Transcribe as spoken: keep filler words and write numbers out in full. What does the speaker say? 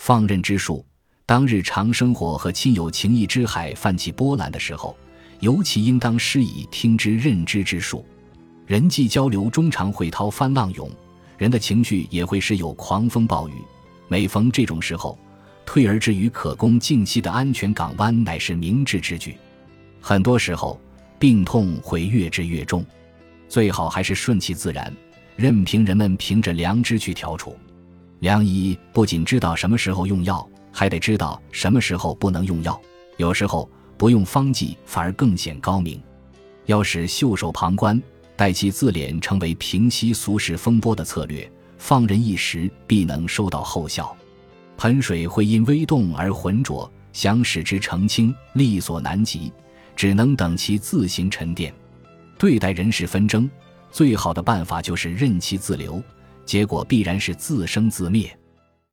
放任之术，当日常生活和亲友情谊之海泛起波澜的时候，尤其应当施以听之任之之术。人际交流中常会涛翻浪涌，人的情绪也会时有狂风暴雨，每逢这种时候，退而至于可供静息的安全港湾乃是明智之举。很多时候病痛会越治越重，最好还是顺其自然，任凭人们凭着良知去调处。良医不仅知道什么时候用药，还得知道什么时候不能用药，有时候不用方剂反而更显高明。要使袖手旁观，待其自敛成为平息俗世风波的策略，放任一时必能收到后效。盆水会因微动而浑浊，想使之澄清力所难及，只能等其自行沉淀。对待人事纷争，最好的办法就是任其自流，结果必然是自生自灭。